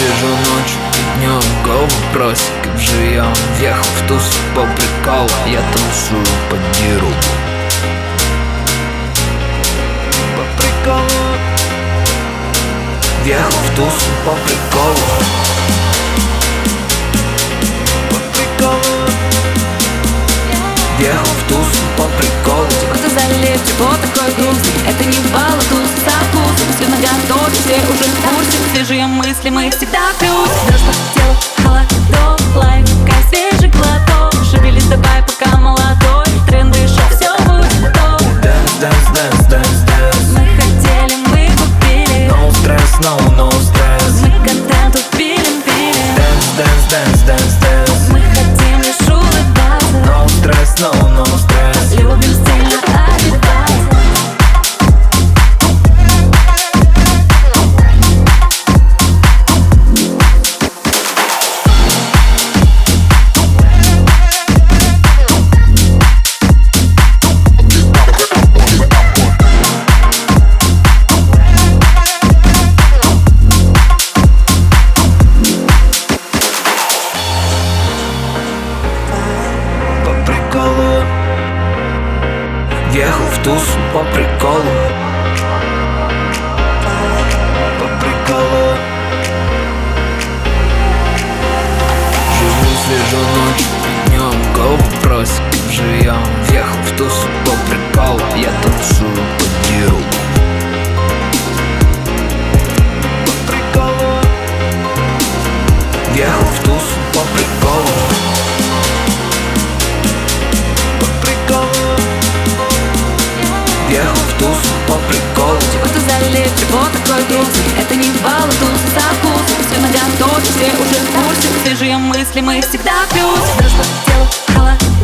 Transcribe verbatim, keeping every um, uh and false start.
свежу ночью и днем голову брось. Как же я въехал в тусу по приколу. Я танцую под диру по приколу. Въехал в тусу по приколу. По приколу. Въехал в тусу по приколу. Чего ты залез, чего такой грустный? Это не бал, а туз со вкусом. Все наготове, все уже в курсе. Свежие мысли, мы всегда плюс. Дрожь по телу, холодок, лайф, кайф, свежий глоток. Шевелись давай, пока молодой. Тренды, шоу, все будет топ. Dance, dance, dance, dance, dance. Мы хотели, мы купили. No stress, no, no stress. Мы контент пилим, пилим. Dance, dance, dance, dance, dance. Мы хотим лишь улыбаться. No stress, no, no stress. Любим стильно одеваться. Въехал в тусу по приколу. По приколу. Живу свежу ночью и днем голову брось. Как же я въехал в тусу по приколу. Я танцую под диру по приколу. Въехал в тусу по приколу. По приколу. Въехал в тусу по приколу. Чего ты залез, чего такой грустный? Это не бал, а туз со вкусом. Все наготове, все уже в курсе. Свежие мысли, мы всегда плюс. Дрожь по телу, холодок.